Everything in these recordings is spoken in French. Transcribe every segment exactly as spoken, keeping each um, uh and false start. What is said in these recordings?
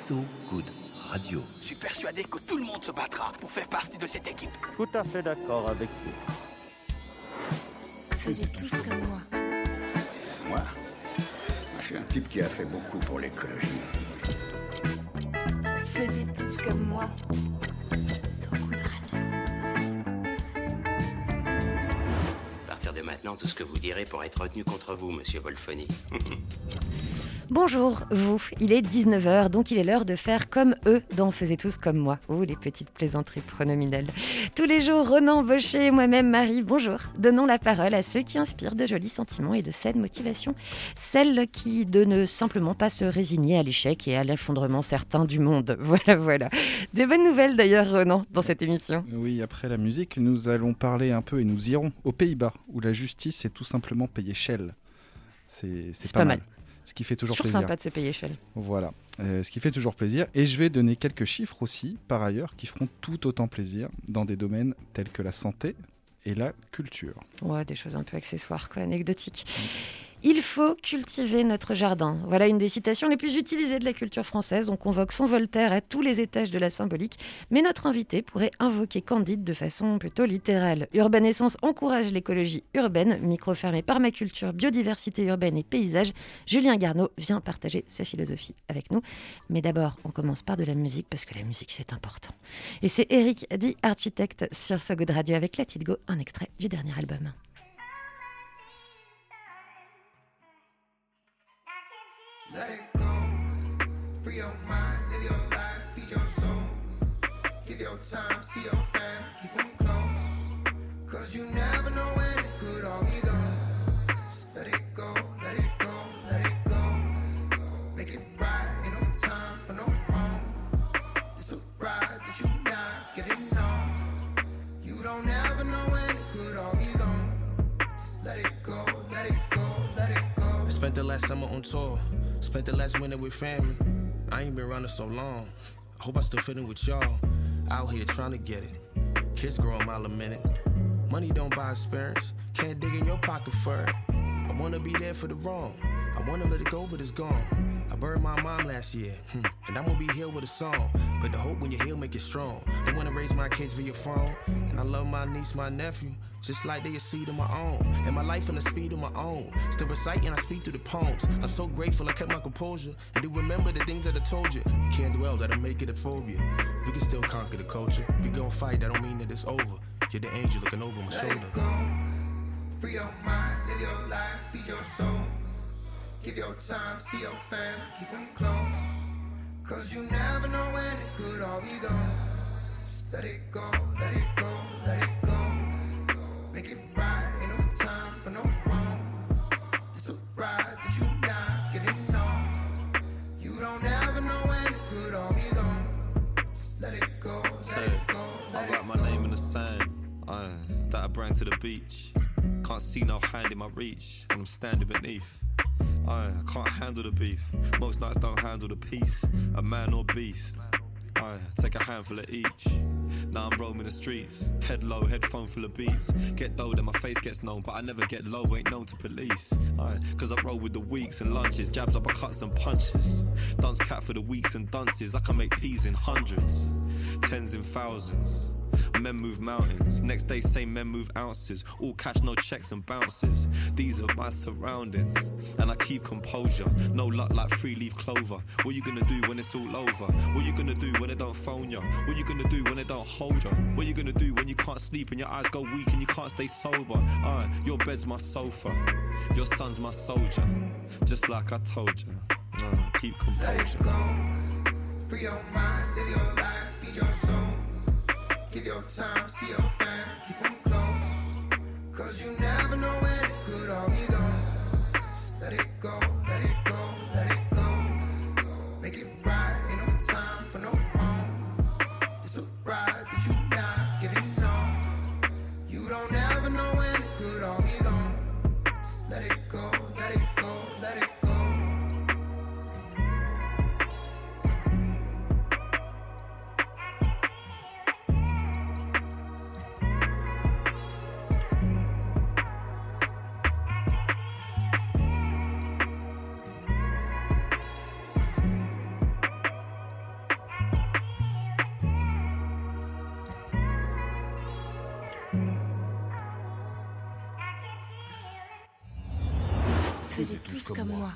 So Good Radio. Je suis persuadé que tout le monde se battra pour faire partie de cette équipe. Tout à fait d'accord avec vous. Faisiez tous comme moi. Moi, je suis un type qui a fait beaucoup pour l'écologie. Faisiez tous comme moi. So Good Radio. À partir de maintenant, tout ce que vous direz pourra être retenu contre vous, monsieur Wolfoni. Bonjour, vous. Il est dix-neuf heures, donc il est l'heure de faire comme eux dans Faisez tous comme moi. Oh, les petites plaisanteries pronominales. Tous les jours, Ronan Baucher et moi-même, Marie, bonjour. Donnons la parole à ceux qui inspirent de jolis sentiments et de saines motivations. Celles qui de ne simplement pas se résigner à l'échec et à l'effondrement certain du monde. Voilà, voilà. Des bonnes nouvelles d'ailleurs, Ronan, dans cette émission. Oui, après la musique, nous allons parler un peu et nous irons aux Pays-Bas, où la justice est tout simplement payée Shell. C'est, c'est, c'est pas, pas mal. mal. Ce qui fait toujours toujours plaisir. Sympa de se payer Shell. Voilà, euh, ce qui fait toujours plaisir. Et je vais donner quelques chiffres aussi, par ailleurs, qui feront tout autant plaisir dans des domaines tels que la santé et la culture. Ouais, des choses un peu accessoires, quoi, anecdotiques. Mmh. Il faut cultiver notre jardin. Voilà une des citations les plus utilisées de la culture française. On convoque son Voltaire à tous les étages de la symbolique. Mais notre invité pourrait invoquer Candide de façon plutôt littérale. Urbanescence encourage l'écologie urbaine. Micro fermé Permaculture, biodiversité urbaine et paysage. Julien Garneau vient partager sa philosophie avec nous. Mais d'abord, on commence par de la musique parce que la musique, c'est important. Et c'est Eric, dit architecte, sur So Good Radio avec Let It Go, un extrait du dernier album. Let it go, free your mind, live your life, feed your soul. Give your time, see your family, keep them close. Cause you never know when it could all be gone. Just let it go, let it go, let it go. Make it right, ain't no time for no wrong. It's a ride that you not getting off. You don't ever know when it could all be gone. Just let it go, let it go, let it go. I spent the last summer on tour. Spent the last winter with family. I ain't been running so long. I hope I still fitting with y'all. Out here trying to get it. Kids grow a mile a minute. Money don't buy experience. Can't dig in your pocket for it. I wanna be there for the wrong. I wanna let it go, but it's gone. I buried my mom last year, hmm. and I'm gonna be here with a song. But the hope when you heal make it strong. They wanna raise my kids via phone, and I love my niece, my nephew, just like they a seed of my own. And my life in the speed of my own. Still reciting, I speak through the poems. I'm so grateful I kept my composure. And do remember the things that I told you. You can't dwell, that'll make it a phobia. We can still conquer the culture. We gon' fight, that don't mean that it's over. You're the angel looking over my Let shoulder. It go. Free your mind, live your life, feed your soul. Give your time, see your family, keep them close. Cause you never know when it could all be gone. Just let it go, let it go, let it go. Make it right, ain't no time for no wrong. It's a ride that you not getting off. You don't ever know when it could all be gone. Just let it go, let it go, let I it write my go. name in the sand, uh, that I bring to the beach. Can't see no hand in my reach, and I'm standing beneath. I can't handle the beef. Most nights don't handle the peace. A man or beast. I take a handful of each. Now I'm roaming the streets. Head low, headphone full of beats. Get low, then my face gets known, but I never get low, ain't known to police. Aye, cause I roll with the weeks and lunches. Jabs, uppercuts and punches. Dance cat for the weeks and dunces. I can make peas in hundreds. Tens in thousands. Men move mountains, next day same men move ounces. All cash, no checks and bounces. These are my surroundings, and I keep composure. No luck like three leaf clover. What you gonna do when it's all over? What you gonna do when they don't phone you? What you gonna do when they don't hold you? What you gonna do when you can't sleep and your eyes go weak and you can't stay sober? Uh, your bed's my sofa, your son's my soldier. Just like I told you, uh, keep composure. Let it go, free your mind, live your life, feed your soul. Give your time, see your family, keep them close. Cause you never know when it could all be gone. Just let it go, let it go, let it go. Make it right, ain't no time for no wrong. It's a ride that you not getting off. You don't ever know when it could all be gone. Just let it go, let it go, let it go. comme moi.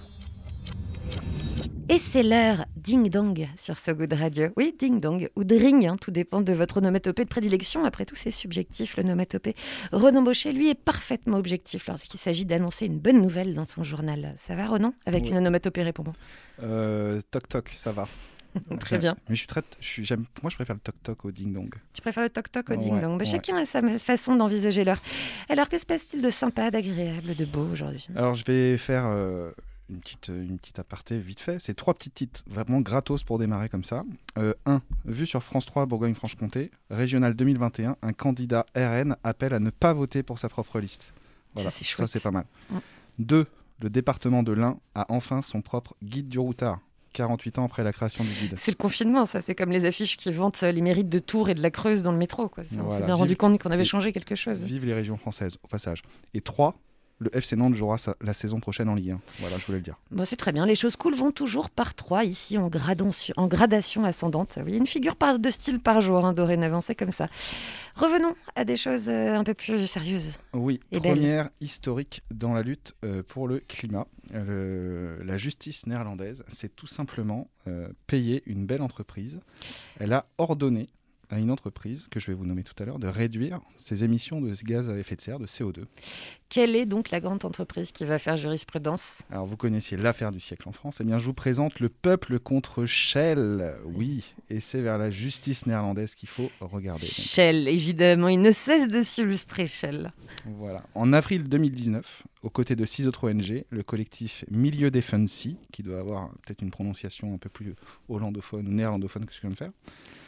Et c'est l'heure Ding Dong sur So Good Radio. Oui, Ding Dong ou Dring, hein, tout dépend de votre onomatopée de prédilection. Après tout, c'est subjectif, l'onomatopée. Renan Baucher, lui, est parfaitement objectif lorsqu'il s'agit d'annoncer une bonne nouvelle dans son journal. Ça va, Renan? Avec oui. une onomatopée, réponds-moi. Euh, toc toc, ça va. Très bien. Mais je suis très, je suis, j'aime, moi, je préfère le toc toc au ding dong. Tu préfères le toc toc au Ouais, ding dong? Bah, ouais. Chacun a sa façon d'envisager l'heure. Alors, que se passe-t-il de sympa, d'agréable, de beau aujourd'hui? Alors, je vais faire euh, une petite, une petite aparté vite fait. C'est trois petits titres vraiment gratos pour démarrer comme ça. Euh, un, vu sur France trois Bourgogne-Franche-Comté, régional deux mille vingt et un, un candidat R N appelle à ne pas voter pour sa propre liste. Voilà, Ça, c'est chouette. ça c'est pas mal. Mm. Deux, le département de l'Ain a enfin son propre guide du routard. quarante-huit ans après la création du guide. C'est le confinement, ça. C'est comme les affiches qui vantent les mérites de Tours et de la Creuse dans le métro, quoi. Ça, on Voilà. s'est bien Vive- rendu compte qu'on avait et- changé quelque chose. Vive les régions françaises, au passage. Et trois, le F C Nantes jouera sa- la saison prochaine en Ligue un. Voilà, je voulais le dire. Bon, c'est très bien. Les choses cool vont toujours par trois, ici, en, gradation, en gradation ascendante. Oui, une figure par, de style par jour, hein, dorénavant, c'est comme ça. Revenons à des choses euh, un peu plus sérieuses. Oui, Et belle. première historique dans la lutte euh, pour le climat. Euh, le- la justice néerlandaise, c'est tout simplement euh, payer une belle entreprise. Elle a ordonné à une entreprise, que je vais vous nommer tout à l'heure, de réduire ses émissions de gaz à effet de serre, de C O deux. Quelle est donc la grande entreprise qui va faire jurisprudence? Alors, vous connaissiez l'affaire du siècle en France. Eh bien, je vous présente le peuple contre Shell. Oui, et c'est vers la justice néerlandaise qu'il faut regarder. Donc, Shell, évidemment. Il ne cesse de s'illustrer, Shell. voilà. En avril deux mille dix-neuf, aux côtés de six autres O N G, le collectif Milieu Defensie, qui doit avoir peut-être une prononciation un peu plus hollandophone ou néerlandophone que ce que je viens de faire,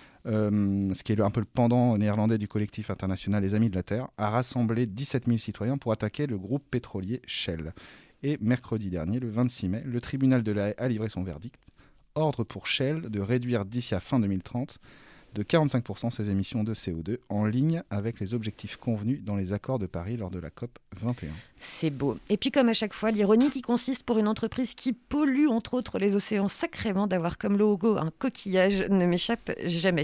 euh, ce qui est un peu le pendant néerlandais du collectif international Les Amis de la Terre, a rassemblé dix-sept mille citoyens pour attaquer le groupe pétrolier Shell. Et mercredi dernier, le vingt-six mai, le tribunal de La Haye a livré son verdict. Ordre pour Shell de réduire d'ici à fin deux mille trente de quarante-cinq pour cent ses émissions de C O deux en ligne avec les objectifs convenus dans les accords de Paris lors de la COP vingt et un. C'est beau. Et puis, comme à chaque fois, l'ironie qui consiste pour une entreprise qui pollue, entre autres, les océans sacrément d'avoir comme logo un coquillage ne m'échappe jamais.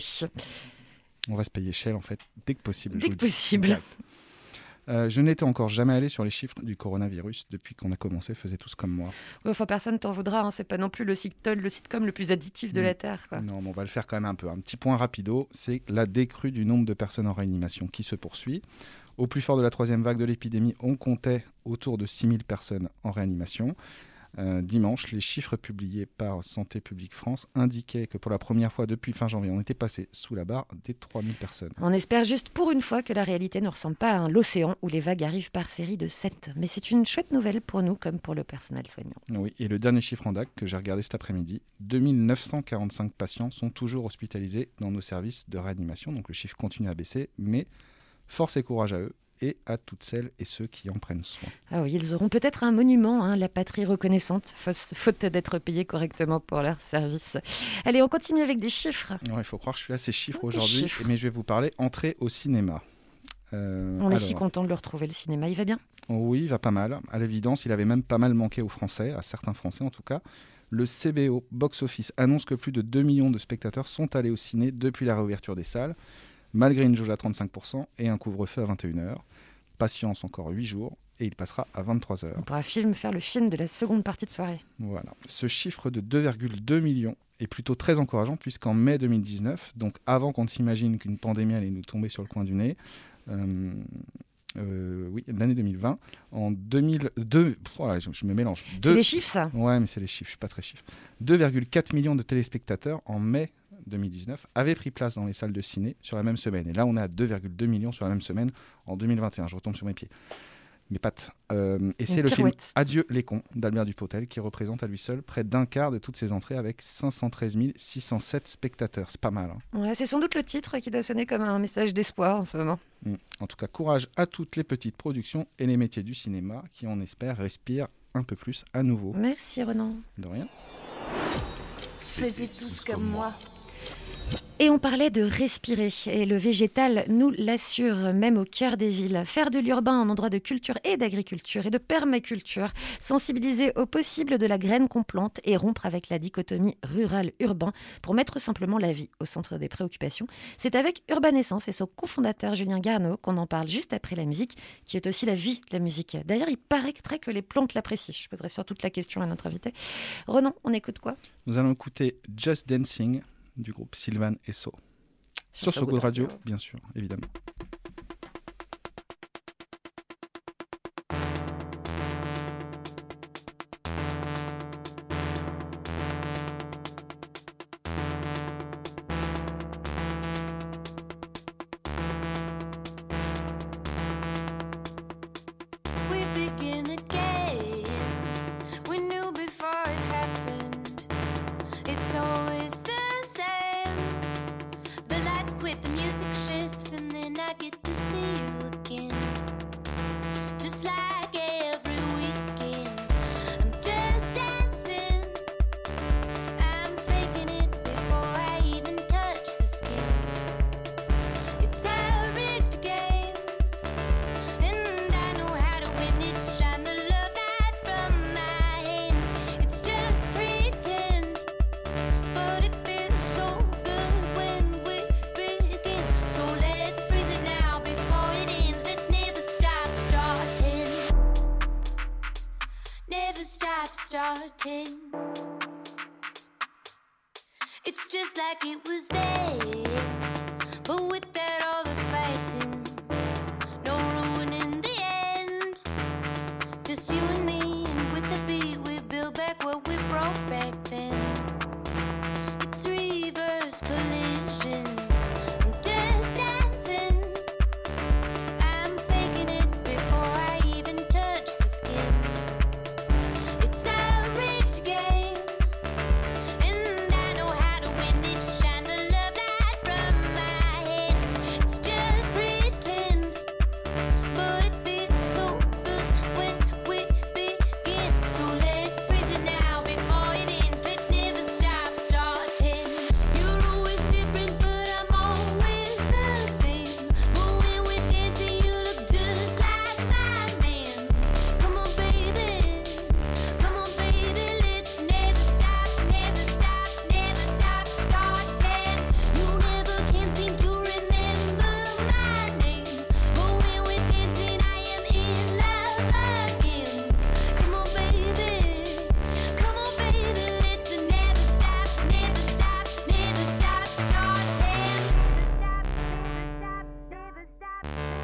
On va se payer Shell en fait dès que possible. je Dès vous que le dis. possible. Direct. Euh, je n'étais encore jamais allé sur les chiffres du coronavirus depuis qu'on a commencé, faisaient tous comme moi. Ouais, enfin, personne t'en voudra. Hein. C'est pas non plus le sitcom, le sitcom le plus additif de Mm. la Terre, quoi. Non, mais on va le faire quand même un peu. Un petit point rapido, c'est la décrue du nombre de personnes en réanimation qui se poursuit. Au plus fort de la troisième vague de l'épidémie, on comptait autour de six mille personnes en réanimation. Euh, dimanche, les chiffres publiés par Santé publique France indiquaient que pour la première fois depuis fin janvier, on était passé sous la barre des trois mille personnes. On espère juste pour une fois que la réalité ne ressemble pas à un l'océan où les vagues arrivent par série de sept. Mais c'est une chouette nouvelle pour nous comme pour le personnel soignant. Oui, et le dernier chiffre en D A C que j'ai regardé cet après-midi, deux mille neuf cent quarante-cinq patients sont toujours hospitalisés dans nos services de réanimation. Donc le chiffre continue à baisser, mais force et courage à eux et à toutes celles et ceux qui en prennent soin. Ah oui, ils auront peut-être un monument, hein, la patrie reconnaissante, faute faute d'être payés correctement pour leur service. Allez, on continue avec des chiffres. Alors, il faut croire que je suis à ces chiffres Des aujourd'hui, chiffres. mais je vais vous parler entrée au cinéma. Euh, On est alors, si content de le retrouver, le cinéma. Il va bien? Oui, il va pas mal. À l'évidence, il avait même pas mal manqué aux Français, à certains Français en tout cas. Le C B O Box Office annonce que plus de deux millions de spectateurs sont allés au ciné depuis la réouverture des salles, malgré une jauge à trente-cinq pour cent et un couvre-feu à vingt et une heures. Patience encore huit jours et il passera à vingt-trois heures. On pourra film, faire le film de la seconde partie de soirée. Voilà. Ce chiffre de deux virgule deux millions est plutôt très encourageant puisqu'en mai deux mille dix-neuf, donc avant qu'on s'imagine qu'une pandémie allait nous tomber sur le coin du nez, euh, euh, oui, l'année deux mille vingt, en deux mille deux, pff, voilà, je, je me mélange. C'est Deux- des chiffres, ça? Ouais, mais c'est les chiffres, je suis pas très chiffre. deux virgule quatre millions de téléspectateurs en mai deux mille dix-neuf avaient pris place dans les salles de ciné sur la même semaine. Et là, on est à deux virgule deux millions sur la même semaine en deux mille vingt et un. Je retombe sur mes pieds. Mes pattes. Euh, et c'est le film pirouette. Adieu les cons d'Albert Dupotel qui représente à lui seul près d'un quart de toutes ses entrées avec cinq cent treize mille six cent sept spectateurs. C'est pas mal. Hein. Ouais, c'est sans doute le titre qui doit sonner comme un message d'espoir en ce moment. Mm. En tout cas, courage à toutes les petites productions et les métiers du cinéma qui, on espère, respirent un peu plus à nouveau. Merci, Renan. De rien. Faisez tous comme moi. Et on parlait de respirer, et le végétal nous l'assure, même au cœur des villes. Faire de l'urbain un endroit de culture et d'agriculture et de permaculture, sensibiliser au possible de la graine qu'on plante et rompre avec la dichotomie rural-urbain pour mettre simplement la vie au centre des préoccupations. C'est avec Urbanescence et son cofondateur Julien Garneau qu'on en parle juste après la musique, qui est aussi la vie, la musique. D'ailleurs, il paraîtrait que les plantes l'apprécient. Je poserai surtout toute la question à notre invité. Ronan, on écoute quoi ? Nous allons écouter Just Dancing du groupe Sylvan et So. Sur, sur So Good Radio, Radio, bien sûr, évidemment. It's just like it was there, but without all the fighting, no ruin in the end. Just you and me, and with the beat we build back what we broke back then. It's reverse collision. I'm just dancing. I'm faking it before I even touch the skin. It's a rigged game, and I know how to win it. Shine the love light from my head. It's just pretend, but it feels so good when we begin. So let's freeze it now before it ends. Let's never stop starting. You're always different, but I'm always the same. But when we're dancing, you look just like my man. Come on, baby. Come on, baby. Let's never stop, never stop, never stop starting. You never can seem to remember my name. But when we're dancing, I am in love again. Come on, baby. Come on, baby. Let's never stop, never stop, never stop starting. Never stop,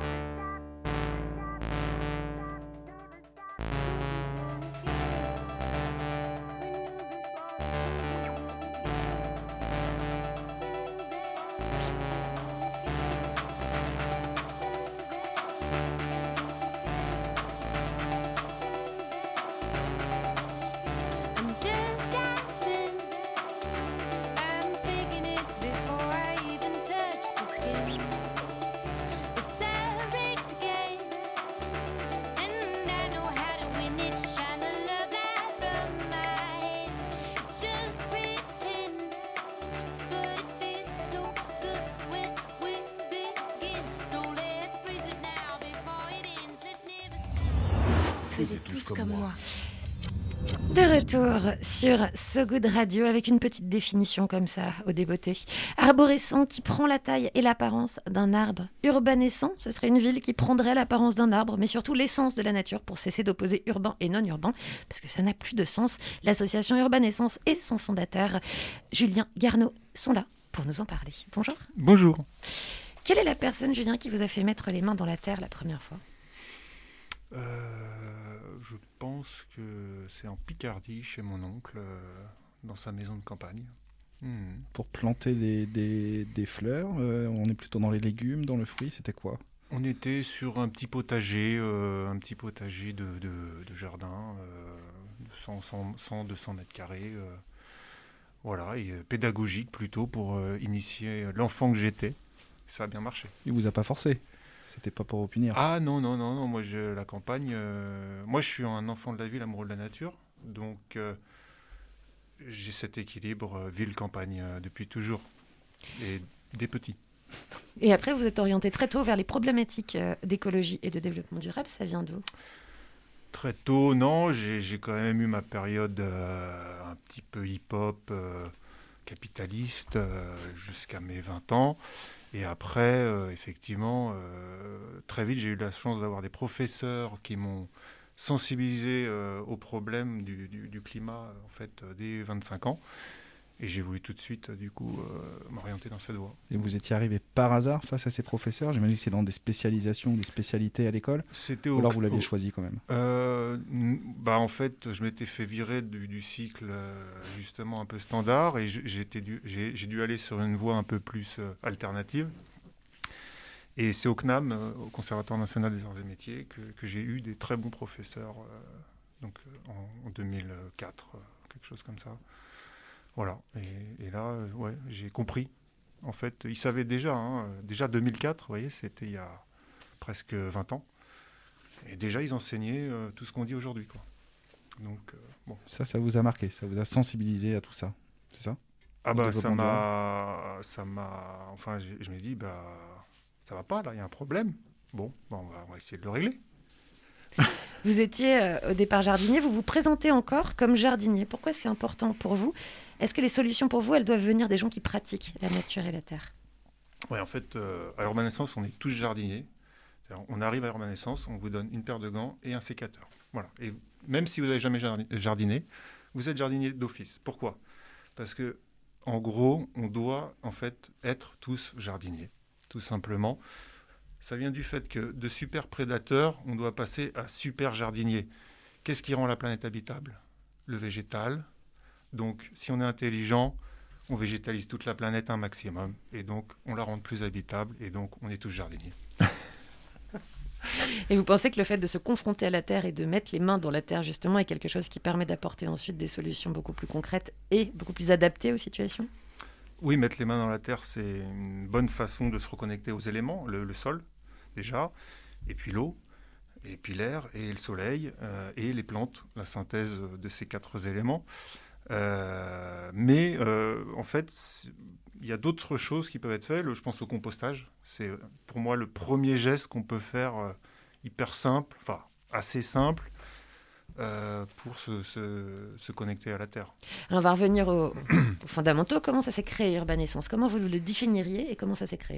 I'm just dancing. I'm faking it before I even touch the skin. It's a rigged game, and I know how to win it. Shine the love light from my head. It's just pretend, but it feels so good when we begin. So let's freeze it now before it ends. Let's never stop. Faisez tous comme moi. De retour sur So Good Radio avec une petite définition comme ça, au débeauté. Arborescent qui prend la taille et l'apparence d'un arbre. Urbanescent, ce serait une ville qui prendrait l'apparence d'un arbre, mais surtout l'essence de la nature pour cesser d'opposer urbain et non-urbain, parce que ça n'a plus de sens. L'association Urbanescence et son fondateur, Julien Garneau, sont là pour nous en parler. Bonjour. Bonjour. Quelle est la personne, Julien, qui vous a fait mettre les mains dans la terre la première fois ? Euh, je pense que c'est en Picardie, chez mon oncle, euh, dans sa maison de campagne. Hmm. Pour planter des, des, des fleurs, euh, on est plutôt dans les légumes, dans le fruit, c'était quoi ? On était sur un petit potager, euh, un petit potager de, de, de jardin, euh, cent à deux cents mètres carrés. Euh, voilà, et euh, pédagogique plutôt pour euh, initier l'enfant que j'étais. Ça a bien marché. Il vous a pas forcé ? C'était pas pour vous punir ? Ah non, non, non, non. Moi, je, la campagne... euh, moi, je suis un enfant de la ville, amoureux de la nature. Donc, euh, j'ai cet équilibre euh, ville-campagne euh, depuis toujours. et des petits. Et après, vous êtes orienté très tôt vers les problématiques euh, d'écologie et de développement durable. Ça vient d'où ? Très tôt, non. J'ai, j'ai quand même eu ma période euh, un petit peu hip-hop, euh, capitaliste, euh, jusqu'à mes vingt ans. Et après, euh, effectivement, euh, très vite, j'ai eu la chance d'avoir des professeurs qui m'ont sensibilisé euh, aux problèmes du, du, du climat, en fait, euh, dès vingt-cinq ans. Et j'ai voulu tout de suite, du coup, euh, m'orienter dans cette voie. Et vous étiez arrivé par hasard face à ces professeurs ? J'imagine que c'est dans des spécialisations, des spécialités à l'école. C'était Ou au, alors vous l'aviez au, choisi quand même euh, bah En fait, je m'étais fait virer du, du cycle, euh, justement, un peu standard. Et j'ai, dû, j'ai, j'ai dû aller sur une voie un peu plus euh, alternative. Et c'est au C N A M, euh, au Conservatoire national des arts et métiers, que, que j'ai eu des très bons professeurs, euh, donc, euh, en, en deux mille quatre, euh, quelque chose comme ça. Voilà, et, et là, euh, ouais, j'ai compris. En fait, ils savaient déjà, hein, déjà deux mille quatre, vous voyez, c'était il y a presque vingt ans. Et déjà, ils enseignaient euh, tout ce qu'on dit aujourd'hui, quoi. Donc, euh, bon. Ça, ça vous a marqué, ça vous a sensibilisé à tout ça, c'est ça ? Ah bah, ça m'a, ça m'a... Enfin, je me dis, bah, ça va pas, là, il y a un problème. Bon, bah, on, va, on va essayer de le régler. Vous étiez euh, au départ jardinier, vous vous présentez encore comme jardinier. Pourquoi c'est important pour vous ? Est-ce que les solutions pour vous, elles doivent venir des gens qui pratiquent la nature et la terre ? Oui, en fait, euh, à Urbanescence, on est tous jardiniers. C'est-à-dire, on arrive à Urbanescence, on vous donne une paire de gants et un sécateur. Voilà. Et même si vous n'avez jamais jardiné, vous êtes jardinier d'office. Pourquoi ? Parce que, en gros, on doit en fait être tous jardiniers, tout simplement. Ça vient du fait que de super prédateur, on doit passer à super jardinier. Qu'est-ce qui rend la planète habitable ? Le végétal. Donc, si on est intelligent, on végétalise toute la planète un maximum. Et donc, on la rend plus habitable. Et donc, on est tous jardiniers. Et vous pensez que le fait de se confronter à la terre et de mettre les mains dans la terre, justement, est quelque chose qui permet d'apporter ensuite des solutions beaucoup plus concrètes et beaucoup plus adaptées aux situations ? Oui, mettre les mains dans la terre, c'est une bonne façon de se reconnecter aux éléments, le, le sol, déjà, et puis l'eau, et puis l'air, et le soleil, euh, et les plantes, la synthèse de ces quatre éléments. Euh, mais euh, en fait, il y a d'autres choses qui peuvent être faites. Je pense au compostage. C'est pour moi le premier geste qu'on peut faire, euh, hyper simple, enfin assez simple, euh, pour se, se, se connecter à la terre. Alors on va revenir aux, aux fondamentaux. Comment ça s'est créé, Urbanescence ? Comment vous le définiriez et comment ça s'est créé ?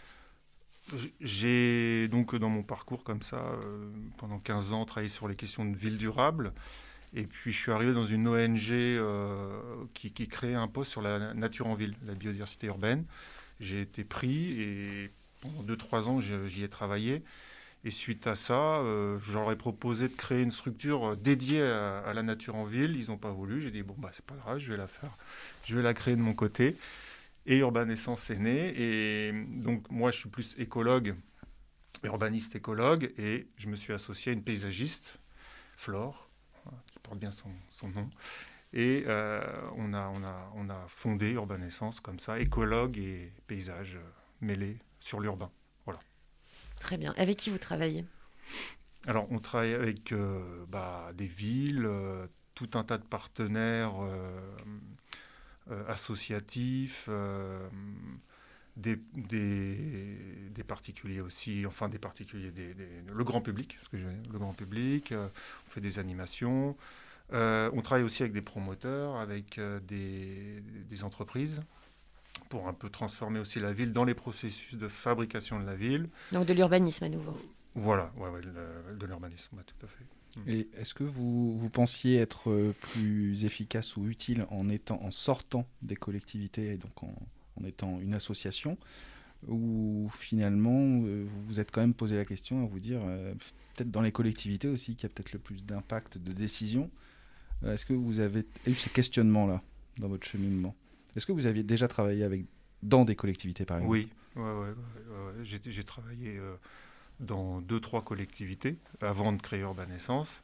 J'ai donc dans mon parcours comme ça, euh, pendant quinze ans, travaillé sur les questions de ville durable. Et puis je suis arrivé dans une O N G euh, qui, qui créait un poste sur la nature en ville, la biodiversité urbaine. J'ai été pris et pendant deux trois ans j'y ai travaillé. Et suite à ça, euh, je leur ai proposé de créer une structure dédiée à, à la nature en ville. Ils n'ont pas voulu. J'ai dit bon bah c'est pas grave, je vais la faire, je vais la créer de mon côté. Et Urbanescence est née. Et donc moi je suis plus écologue, urbaniste écologue, et je me suis associé à une paysagiste, Flore, qui porte bien son, son nom. Et euh, on, a, on, a, on a fondé Urbanescence comme ça, écologue et paysage euh, mêlés sur l'urbain. Voilà. Très bien. Avec qui vous travaillez ? Alors, on travaille avec euh, bah, des villes, euh, tout un tas de partenaires euh, euh, associatifs, euh, des, des, des particuliers aussi, enfin des particuliers, des, des, le grand public, ce que je veux dire, le grand public, euh, on fait des animations, euh, on travaille aussi avec des promoteurs, avec euh, des, des entreprises, pour un peu transformer aussi la ville dans les processus de fabrication de la ville. Donc de l'urbanisme à nouveau. Voilà, ouais, ouais, le, de l'urbanisme, ouais, tout à fait. Et est-ce que vous, vous pensiez être plus efficace ou utile en, étant, en sortant des collectivités et donc en en étant une association, où finalement euh, vous vous êtes quand même posé la question à vous dire, euh, peut-être dans les collectivités aussi, qu'il y a peut-être le plus d'impact de décision. Euh, est-ce que vous avez eu ces questionnements-là dans votre cheminement ? Est-ce que vous aviez déjà travaillé avec, dans des collectivités, par exemple ? Oui, ouais, ouais, ouais, ouais. J'ai, j'ai travaillé euh, dans deux, trois collectivités avant de créer Urbanescence.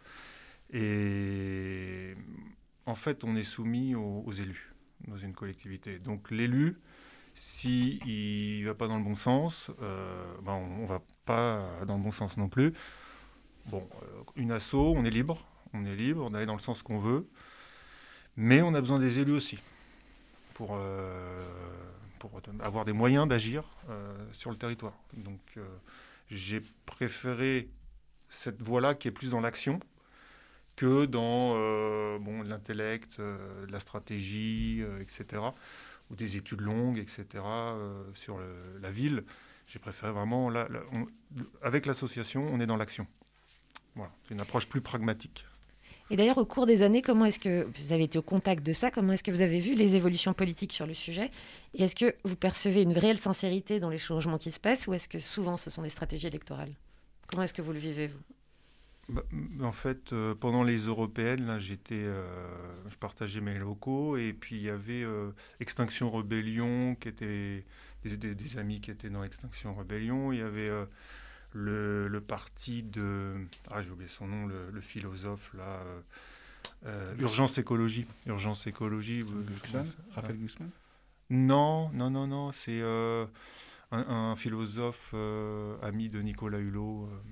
Et en fait, on est soumis aux, aux élus dans une collectivité. Donc l'élu, s'il ne va pas dans le bon sens, euh, ben on ne va pas dans le bon sens non plus. Bon, euh, une asso, on est libre, on est libre, on allait dans le sens qu'on veut, mais on a besoin des élus aussi pour, euh, pour avoir des moyens d'agir euh, sur le territoire. Donc euh, j'ai préféré cette voie-là qui est plus dans l'action que dans euh, bon, l'intellect, euh, la stratégie, euh, et cetera, ou des études longues, et cetera, euh, sur le, la ville. J'ai préféré vraiment, là, là, on, avec l'association, on est dans l'action. Voilà, c'est une approche plus pragmatique. Et d'ailleurs, au cours des années, comment est-ce que vous avez été au contact de ça? Comment est-ce que vous avez vu les évolutions politiques sur le sujet? Et est-ce que vous percevez une réelle sincérité dans les changements qui se passent, ou est-ce que souvent ce sont des stratégies électorales? Comment est-ce que vous le vivez, vous? Bah, en fait, euh, pendant les européennes, là, j'étais, euh, je partageais mes locaux, et puis il y avait euh, Extinction Rebellion, qui était des, des, des amis qui étaient dans Extinction Rebellion. Il y avait euh, le, le parti de, ah j'ai oublié son nom, le, le philosophe là, euh, euh, Urgence Écologie, Urgence Écologie. Guzman, Raphaël Guzman. Non, non, non, non, c'est euh, un, un philosophe euh, ami de Nicolas Hulot. Euh,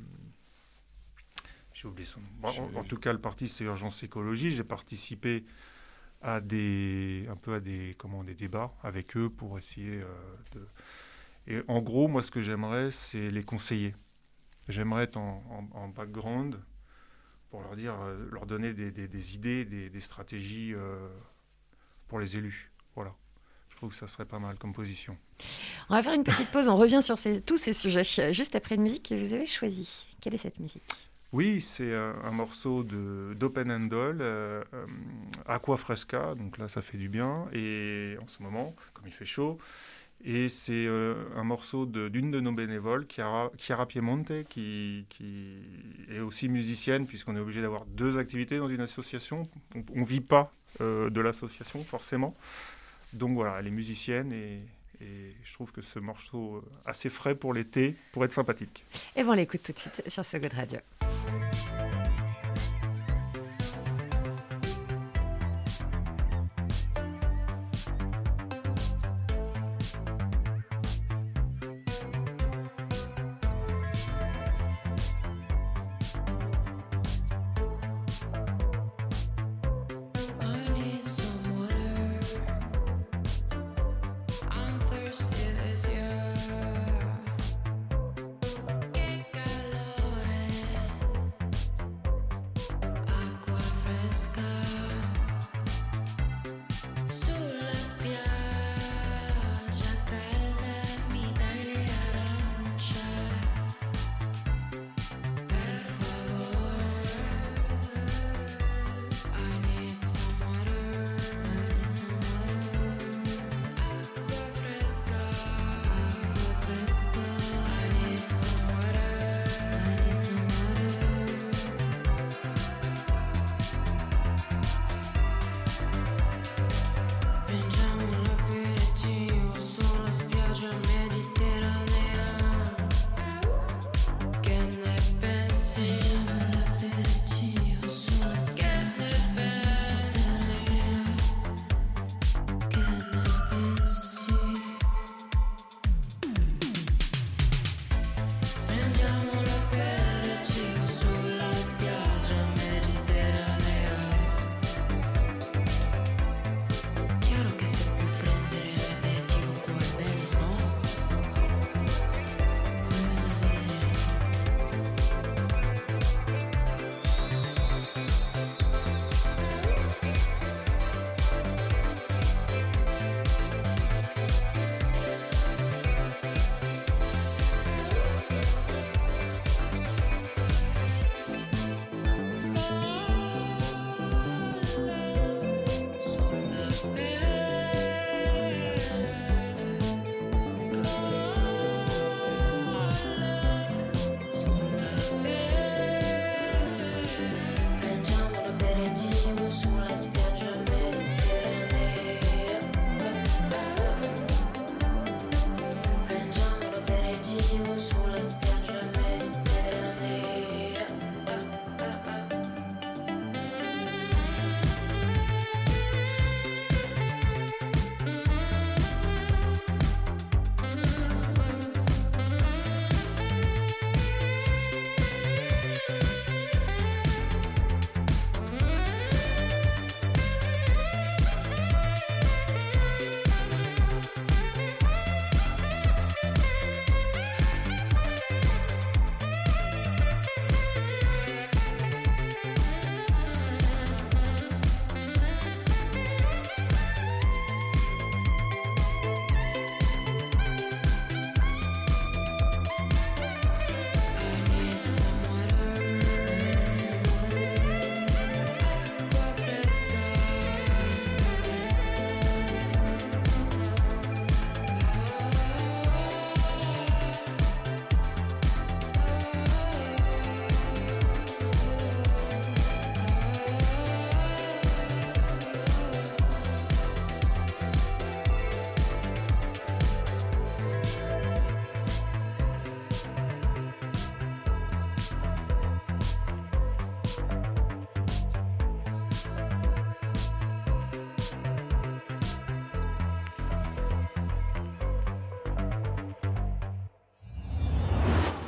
J'ai oublié son nom. Bon, en, en tout cas, le parti, c'est Urgence Écologie. J'ai participé à des, un peu à des, comment, des débats avec eux pour essayer euh, de... Et en gros, moi, ce que j'aimerais, c'est les conseiller. J'aimerais être en, en, en background pour leur dire, euh, leur donner des, des, des idées, des, des stratégies euh, pour les élus. Voilà. Je trouve que ça serait pas mal comme position. On va faire une petite pause. On revient sur ces, tous ces sujets juste après une musique que vous avez choisie. Quelle est cette musique ? Oui, c'est un, un morceau de, d'Open Handle, euh, euh, Aqua Fresca, donc là ça fait du bien, et en ce moment, comme il fait chaud, et c'est euh, un morceau de, d'une de nos bénévoles, Chiara, Chiara Piemonte, qui, qui est aussi musicienne, puisqu'on est obligé d'avoir deux activités dans une association, on ne vit pas euh, de l'association forcément, donc voilà, elle est musicienne, et, et je trouve que ce morceau assez frais pour l'été pourrait être sympathique. Et bon, on l'écoute tout de suite sur So Good Radio.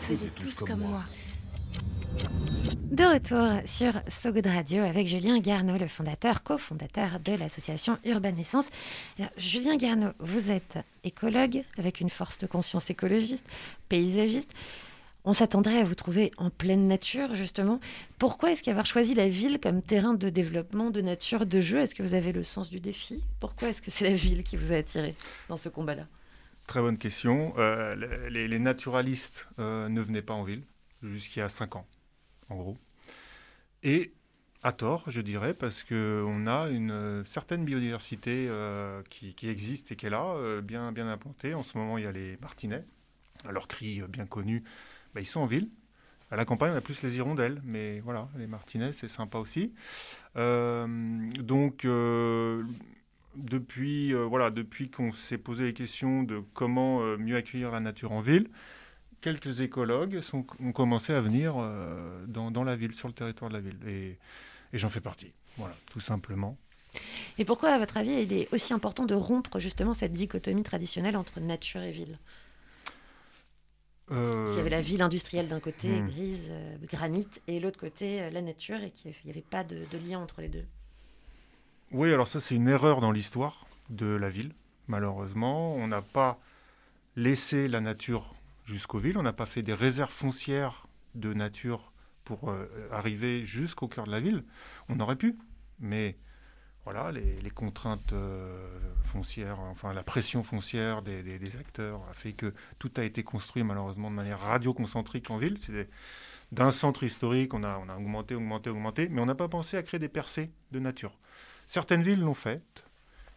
Faisez tous comme moi. De retour sur So Good Radio avec Julien Garneau, le fondateur, cofondateur de l'association Urbanescence. Alors, Julien Garneau, vous êtes écologue avec une forte conscience écologiste, paysagiste. On s'attendrait à vous trouver en pleine nature, justement. Pourquoi est-ce qu'avoir choisi la ville comme terrain de développement, de nature, de jeu, est-ce que vous avez le sens du défi ? Pourquoi est-ce que c'est la ville qui vous a attiré dans ce combat-là ? Très bonne question. Euh, les, les naturalistes euh, ne venaient pas en ville jusqu'il y a cinq ans, en gros. Et à tort, je dirais, parce qu'on a une certaine biodiversité euh, qui, qui existe et qui est là, euh, bien, bien implantée. En ce moment, il y a les martinets. À leur cri bien connu, bah, ils sont en ville. À la campagne, on a plus les hirondelles. Mais voilà, les martinets, c'est sympa aussi. Euh, donc... Euh, Depuis, euh, voilà, depuis qu'on s'est posé les questions de comment euh, mieux accueillir la nature en ville, quelques écologues sont, ont commencé à venir euh, dans, dans la ville, sur le territoire de la ville. Et, et j'en fais partie, voilà, tout simplement. Et pourquoi, à votre avis, il est aussi important de rompre justement cette dichotomie traditionnelle entre nature et ville ? euh... Il y avait la ville industrielle d'un côté, hmm. grise, euh, granit, et l'autre côté, euh, la nature, et qu'il n'y avait pas de, de lien entre les deux. Oui, alors ça, c'est une erreur dans l'histoire de la ville, malheureusement. On n'a pas laissé la nature jusqu'aux villes, on n'a pas fait des réserves foncières de nature pour euh, arriver jusqu'au cœur de la ville. On aurait pu, mais voilà, les, les contraintes euh, foncières, enfin la pression foncière des, des, des acteurs a fait que tout a été construit malheureusement de manière radioconcentrique en ville. C'est des, d'un centre historique, on a, on a augmenté, augmenté, augmenté, mais on n'a pas pensé à créer des percées de nature. Certaines villes l'ont fait. Lesquelles ?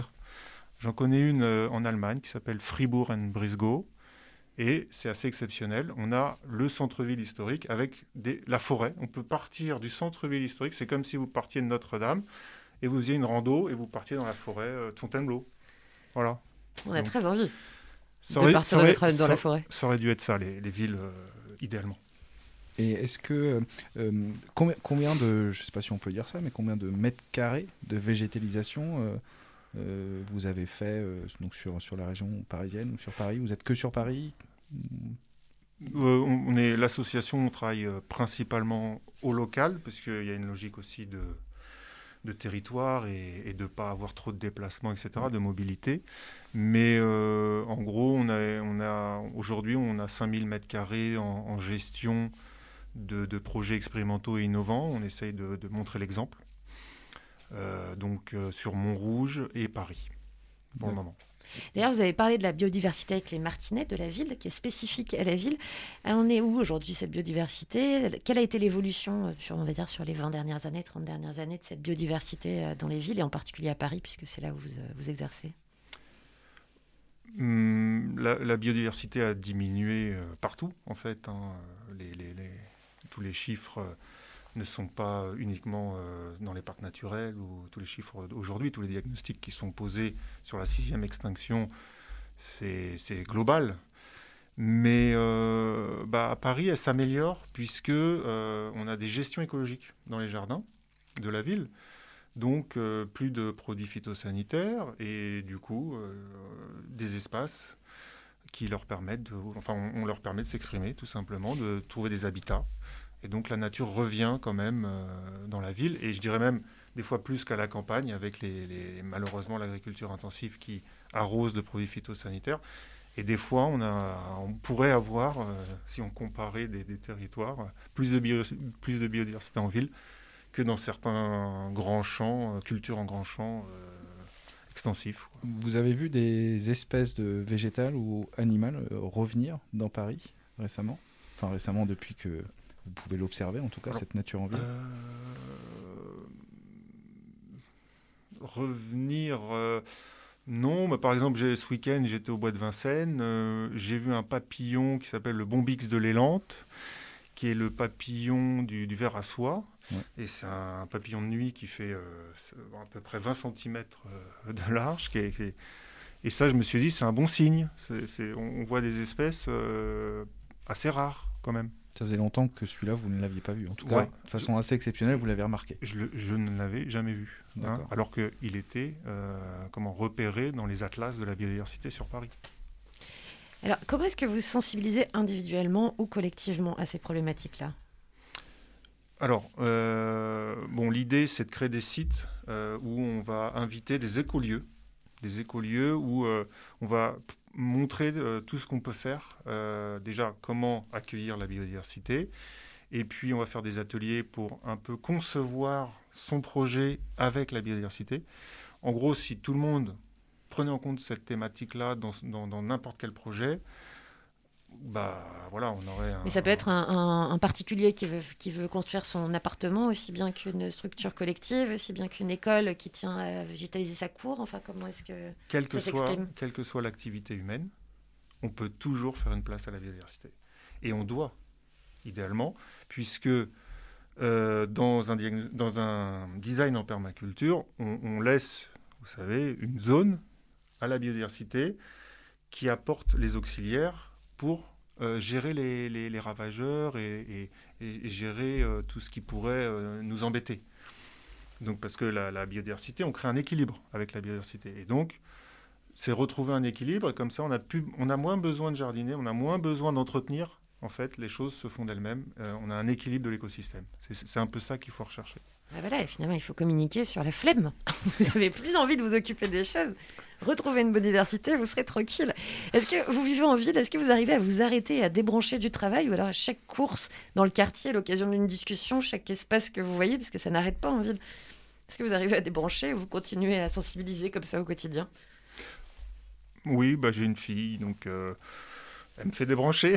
J'en connais une euh, en Allemagne qui s'appelle Fribourg and Brisgau. Et c'est assez exceptionnel. On a le centre-ville historique avec des, la forêt. On peut partir du centre-ville historique. C'est comme si vous partiez de Notre-Dame et vous faisiez une rando et vous partiez dans la forêt euh, de Fontainebleau. Voilà. On a Donc, très envie de aurait, partir aurait, de Notre-Dame dans la forêt. Ça aurait dû être ça, les, les villes, euh, idéalement. Et est-ce que euh, combien, combien de, je ne sais pas si on peut dire ça, mais combien de mètres carrés de végétalisation euh, euh, vous avez fait euh, donc sur, sur la région parisienne ou sur Paris ? Vous êtes que sur Paris ? euh, on, on est l'association, on travaille euh, principalement au local, parce qu'il y a une logique aussi de, de territoire et, et de ne pas avoir trop de déplacements, et cetera, de mobilité. Mais euh, en gros, on a, on a, aujourd'hui, on a cinq mille mètres carrés en, en gestion De, de projets expérimentaux et innovants. On essaye de, de montrer l'exemple. Euh, donc euh, sur Montrouge et Paris, pour ouais. le moment. D'ailleurs, vous avez parlé de la biodiversité avec les martinets de la ville, qui est spécifique à la ville. On est où aujourd'hui, cette biodiversité ? Quelle a été l'évolution, sur, on va dire, sur les vingt dernières années, trente dernières années, de cette biodiversité dans les villes, et en particulier à Paris, puisque c'est là où vous, vous exercez ? Hum, la, la biodiversité a diminué euh, partout, en fait. Hein. Les, les, les, tous les chiffres euh, ne sont pas uniquement euh, dans les parcs naturels, ou tous les chiffres d'aujourd'hui, tous les diagnostics qui sont posés sur la sixième extinction, c'est, c'est global. Mais euh, bah, à Paris, elle s'améliore, puisque euh, on a des gestions écologiques dans les jardins de la ville. Donc, euh, plus de produits phytosanitaires et du coup, euh, des espaces qui leur permettent de, enfin, on, on leur permet de s'exprimer, tout simplement, de trouver des habitats. Et donc, la nature revient quand même euh, dans la ville. Et je dirais même, des fois plus qu'à la campagne, avec les, les, malheureusement l'agriculture intensive qui arrose de produits phytosanitaires. Et des fois, on, a, on pourrait avoir, euh, si on comparait des, des territoires, plus de, bio, plus de biodiversité en ville que dans certains grands champs, euh, cultures en grands champs euh, extensifs. Quoi. Vous avez vu des espèces de végétales ou animales euh, revenir dans Paris récemment ? Enfin récemment depuis que vous pouvez l'observer, en tout cas, alors, cette nature en ville. Euh... Revenir... Euh... Non, mais par exemple, j'ai, ce week-end, j'étais au bois de Vincennes, euh, j'ai vu un papillon qui s'appelle le bombix de l'Élante, qui est le papillon du, du ver à soie. Ouais. Et c'est un papillon de nuit qui fait euh, à peu près vingt centimètres euh, de large. Qui est, qui est... Et ça, je me suis dit, c'est un bon signe. C'est, c'est, on, on voit des espèces euh, assez rares, quand même. Ça faisait longtemps que celui-là, vous ne l'aviez pas vu. En tout cas, ouais. de façon assez exceptionnelle, vous l'avez remarqué. Je, le, je ne l'avais jamais vu. Hein, alors qu'il était euh, comment, repéré dans les atlas de la biodiversité sur Paris. Alors, comment est-ce que vous sensibilisez individuellement ou collectivement à ces problématiques-là ? Alors, euh, bon, l'idée, c'est de créer des sites euh, où on va inviter des écolieux, des écolieux où euh, on va p- montrer euh, tout ce qu'on peut faire. Euh, déjà, comment accueillir la biodiversité. Et puis, on va faire des ateliers pour un peu concevoir son projet avec la biodiversité. En gros, si tout le monde prenait en compte cette thématique-là dans, dans, dans n'importe quel projet, bah voilà, on aurait un... Mais ça peut être un, un- un particulier qui veut, qui veut construire son appartement aussi bien qu'une structure collective, aussi bien qu'une école qui tient à végétaliser sa cour. Enfin, comment est-ce que Quelle que ça soit, s'exprime ? quelle que soit l'activité humaine, on peut toujours faire une place à la biodiversité. Et on doit, idéalement, puisque euh, dans, un, diag- dans un design en permaculture, on, on laisse, vous savez, une zone à la biodiversité qui apporte les auxiliaires pour euh, gérer les, les- les ravageurs et, et- et- et gérer euh, tout ce qui pourrait euh, nous embêter. Donc, parce que la, la biodiversité, on crée un équilibre avec la biodiversité. Et donc, c'est retrouver un équilibre. Et comme ça, on a, plus, on a moins besoin de jardiner, on a moins besoin d'entretenir. En fait, les choses se font d'elles-mêmes. Euh, on a un équilibre de l'écosystème. C'est, c'est un peu ça qu'il faut rechercher. Ah voilà, et finalement, il faut communiquer sur la flemme. Vous avez plus envie de vous occuper des choses. Retrouvez une biodiversité, vous serez tranquille. Est-ce que vous vivez en ville ? Est-ce que vous arrivez à vous arrêter et à débrancher du travail ? Ou alors à chaque course dans le quartier, à l'occasion d'une discussion, chaque espace que vous voyez, parce que ça n'arrête pas en ville, est-ce que vous arrivez à débrancher ou vous continuez à sensibiliser comme ça au quotidien ? Oui, bah, j'ai une fille, donc euh, elle me fait débrancher.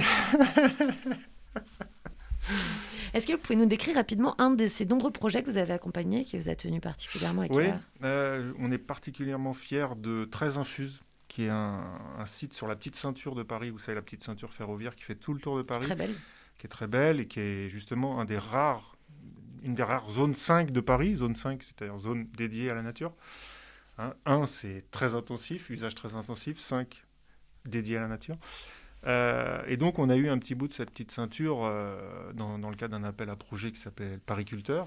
Est-ce que vous pouvez nous décrire rapidement un de ces nombreux projets que vous avez accompagnés qui vous a tenu particulièrement à cœur ? Oui, euh, on est particulièrement fiers de treize Infuses, qui est un, un site sur la petite ceinture de Paris. Vous savez, la petite ceinture ferroviaire qui fait tout le tour de Paris. Très belle. Qui est très belle et qui est justement un des rares, une des rares zones cinq de Paris. Zone cinq, c'est-à-dire zone dédiée à la nature. Hein, un, c'est très intensif, usage très intensif. cinq, dédié à la nature. Euh, et donc, on a eu un petit bout de cette petite ceinture euh, dans, dans le cadre d'un appel à projet qui s'appelle Pariculteur.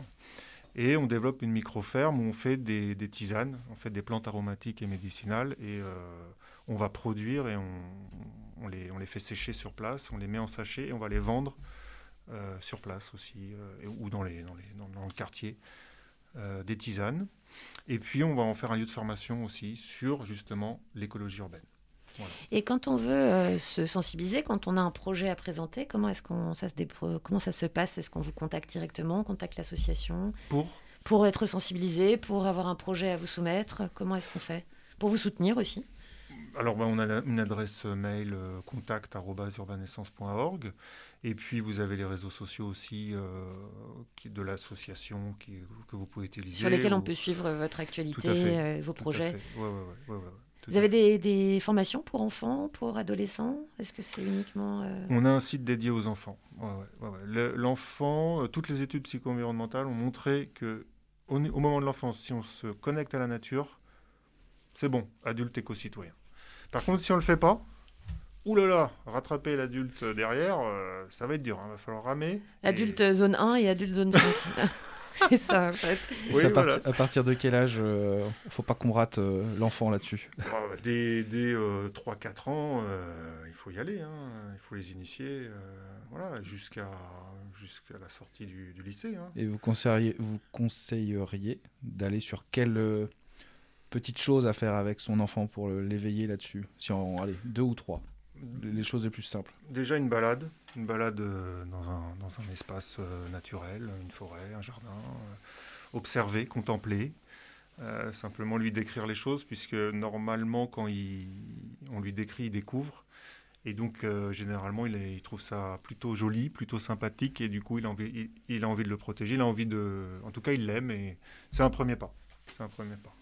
Et on développe une micro-ferme où on fait des, des tisanes, on fait des plantes aromatiques et médicinales. Et euh, on va produire et on, on, les, on les fait sécher sur place, on les met en sachet et on va les vendre euh, sur place aussi, euh, et, ou dans, les, dans, les, dans, dans le quartier, euh, des tisanes. Et puis, on va en faire un lieu de formation aussi sur justement l'écologie urbaine. Voilà. Et quand on veut euh, se sensibiliser, quand on a un projet à présenter, comment est-ce qu'on ça se dépro- comment ça se passe ? Est-ce qu'on vous contacte directement, on contacte l'association Pour pour être sensibilisé, pour avoir un projet à vous soumettre ? Comment est-ce qu'on fait ? Pour vous soutenir aussi ? Alors, ben, on a une adresse mail euh, contact arobase urbanescence point org. Et puis, vous avez les réseaux sociaux aussi euh, qui, de l'association qui, que vous pouvez utiliser. Sur lesquels ou... on peut suivre votre actualité, Tout à fait. euh, vos Tout projets. à fait. Ouais, ouais, ouais, ouais, ouais. Tout Vous avez des, des formations pour enfants, pour adolescents ? Est-ce que c'est uniquement... euh... On a un site dédié aux enfants. Ouais, ouais, ouais, ouais. Le, l'enfant, euh, toutes les études psycho-environnementales ont montré que au, au moment de l'enfance, si on se connecte à la nature, c'est bon, adulte éco-citoyen. Par contre, si on ne le fait pas, oulala, rattraper l'adulte derrière, euh, ça va être dur. Il hein, va falloir ramer. Adulte et... zone un et adulte zone cinq. C'est ça, en fait. Oui, à, voilà. part, à partir de quel âge il euh, ne faut pas qu'on rate euh, l'enfant là-dessus ? oh, Dès, dès euh, trois quatre ans, euh, il faut y aller. Hein. Il faut les initier euh, voilà, jusqu'à, jusqu'à la sortie du, du lycée. Hein. Et vous conseilleriez, vous conseilleriez d'aller sur quelle euh, petite chose à faire avec son enfant pour le, l'éveiller là-dessus ? Si on, allez, deux ou trois, les choses les plus simples. Déjà une balade. Une balade euh, dans, un, dans un espace euh, naturel, une forêt, un jardin, euh, observer, contempler, euh, simplement lui décrire les choses, puisque normalement, quand il, on lui décrit, il découvre. Et donc, euh, généralement, il, est, il trouve ça plutôt joli, plutôt sympathique, et du coup, il a, envie, il, il a envie de le protéger, il a envie de... En tout cas, il l'aime, et c'est un premier pas. C'est un premier pas.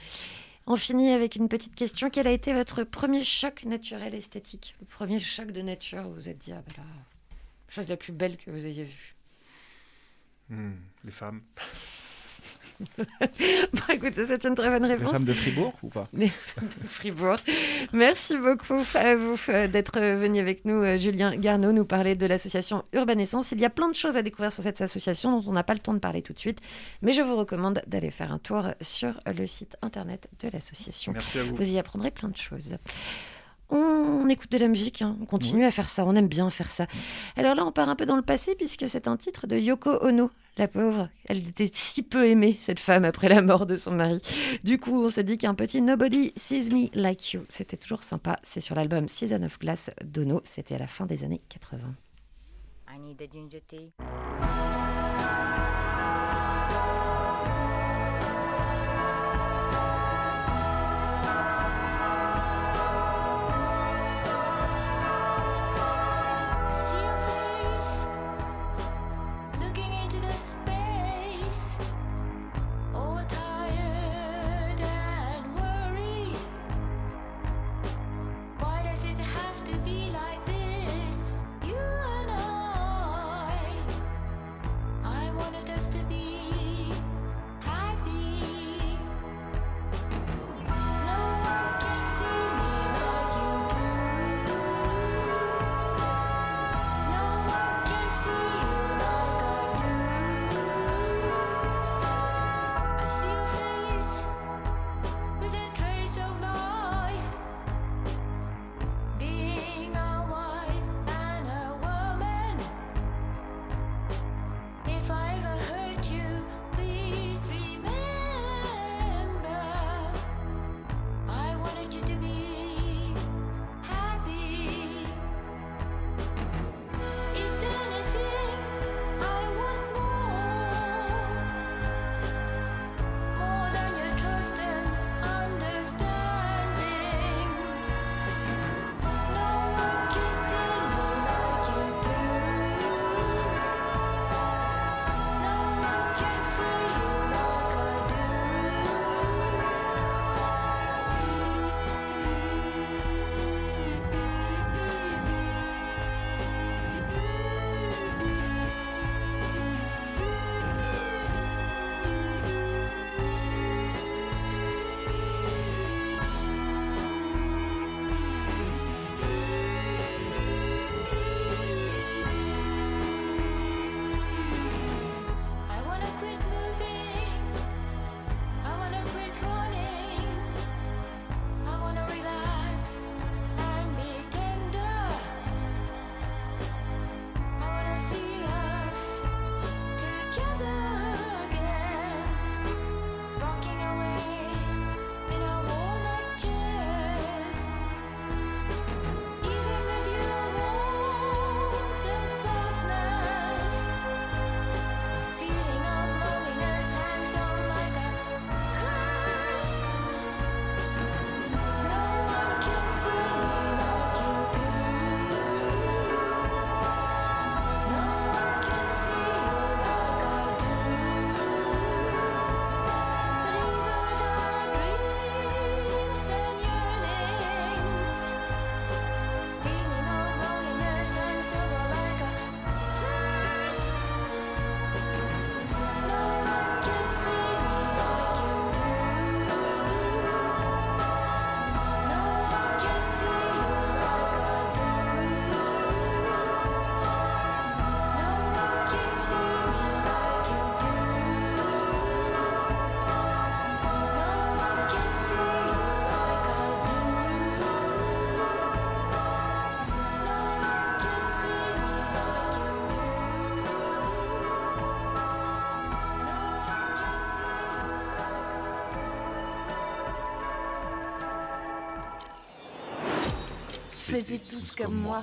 On finit avec une petite question. Quel a été votre premier choc naturel esthétique ? Le premier choc de nature où vous vous êtes dit, ah ben là, la chose la plus belle que vous ayez vue. Mmh, les femmes. Bon, écoutez, c'est une très bonne réponse. Les femmes de Fribourg ou pas ? Les femmes de Fribourg. Merci beaucoup à vous d'être venu avec nous, Julien Garneau, nous parler de l'association Urbanescence. Il y a plein de choses à découvrir sur cette association dont on n'a pas le temps de parler tout de suite, mais je vous recommande d'aller faire un tour sur le site internet de l'association. Merci à vous. Vous y apprendrez plein de choses. On écoute de la musique, hein. On continue oui. à faire ça, on aime bien faire ça. Alors là, on part un peu dans le passé puisque c'est un titre de Yoko Ono, la pauvre. Elle était si peu aimée, cette femme, après la mort de son mari. Du coup, on s'est dit qu'un petit Nobody Sees Me Like You, c'était toujours sympa. C'est sur l'album Season of Glass d'Ono, c'était à la fin des années quatre-vingts. I need a ginger tea. Faisiez tous comme moi.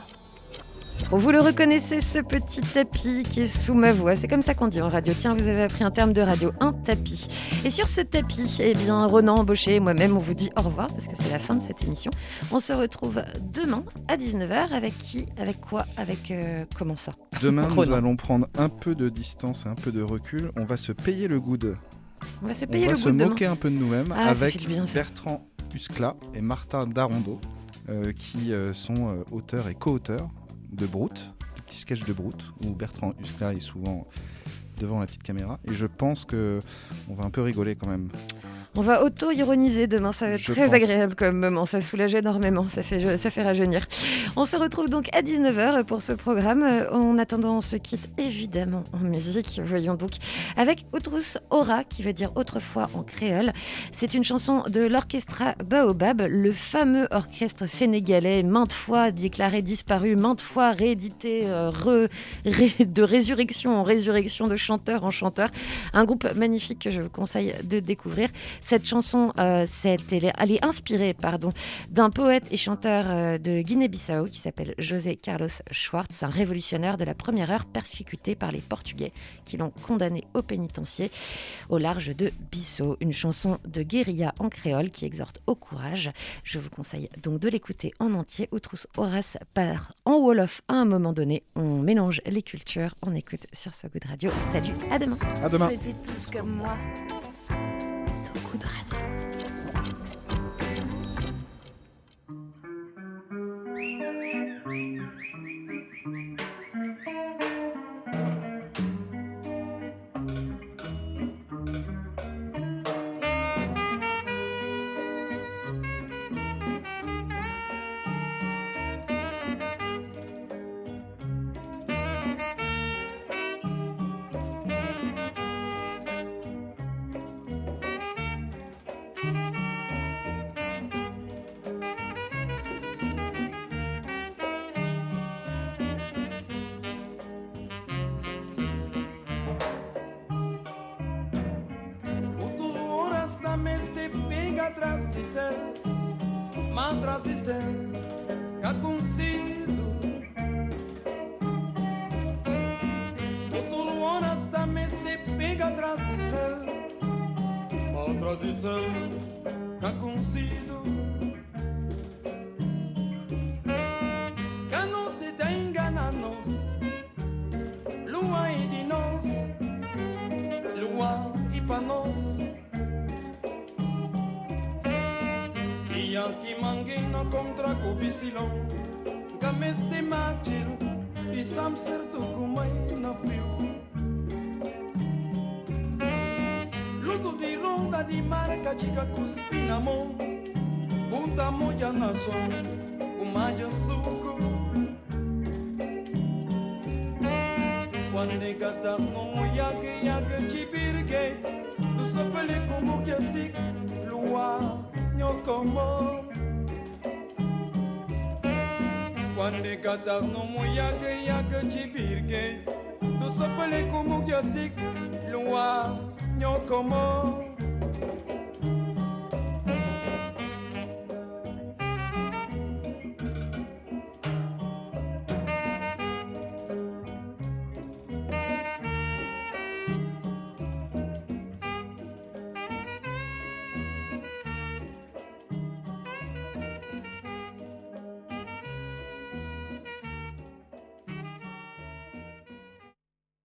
Bon, vous le reconnaissez, ce petit tapis qui est sous ma voix. C'est comme ça qu'on dit en radio. Tiens, vous avez appris un terme de radio, un tapis. Et sur ce tapis, eh bien, Ronan Embauché et moi-même, on vous dit au revoir parce que c'est la fin de cette émission. On se retrouve demain à dix-neuf heures. Avec qui ? Avec quoi ? Avec euh, comment ça ? Demain, nous allons prendre un peu de distance et un peu de recul. On va se payer le good. On va se payer on le va good se demain. moquer un peu de nous-mêmes Ah, avec bien, Bertrand Huskla et Martin Darondo. Euh, qui euh, sont euh, auteurs et co-auteurs de Brut, le petit sketch de Brut, où Bertrand Huskla est souvent devant la petite caméra. Et je pense qu'on va un peu rigoler quand même. On va auto-ironiser demain, ça va être Je très pense. agréable comme moment, ça soulage énormément, ça fait, ça fait rajeunir. On se retrouve donc à dix-neuf heures pour ce programme. En attendant, on se quitte évidemment en musique, voyons donc, avec Outrous Aura, qui veut dire autrefois en créole. C'est une chanson de l'orchestra Baobab, le fameux orchestre sénégalais, maintes fois déclaré disparu, maintes fois réédité, euh, re, ré, de résurrection en résurrection, de chanteur en chanteur. Un groupe magnifique que je vous conseille de découvrir. Cette chanson, euh, c'est, elle, est, elle est inspirée pardon, d'un poète et chanteur euh, de Guinée-Bissau qui s'appelle José Carlos Schwartz, un révolutionnaire de la première heure persécuté par les Portugais qui l'ont condamné au pénitencier au large de Bissau. Une chanson de guérilla en créole qui exhorte au courage. Je vous conseille donc de l'écouter en entier. Outrous Horace part en Wolof à un moment donné. On mélange les cultures. On écoute sur So Good Radio. Salut, à demain. À demain. Faisiez tous comme moi. So Good Radio. Atrás de ser, más atrás de ser, caconcido. O tu horas também te pega atrás de ser, más atrás de ser, caconcido. Que não se dá engana-nos, lua e de nós, lua e pra nós. Que manguei no contra com bicilão, cameste matil e sam certo como aí na fio. Luto de ronda de marca chica cuspi na mão, bunta moja na som, o maio suco. Quando gata no moia que ya que chibirgue, do sopele como que assim, lua nyokomo. Quando gata no moia que ya que chibirgue, do sopele como que assim, lua nyokomo.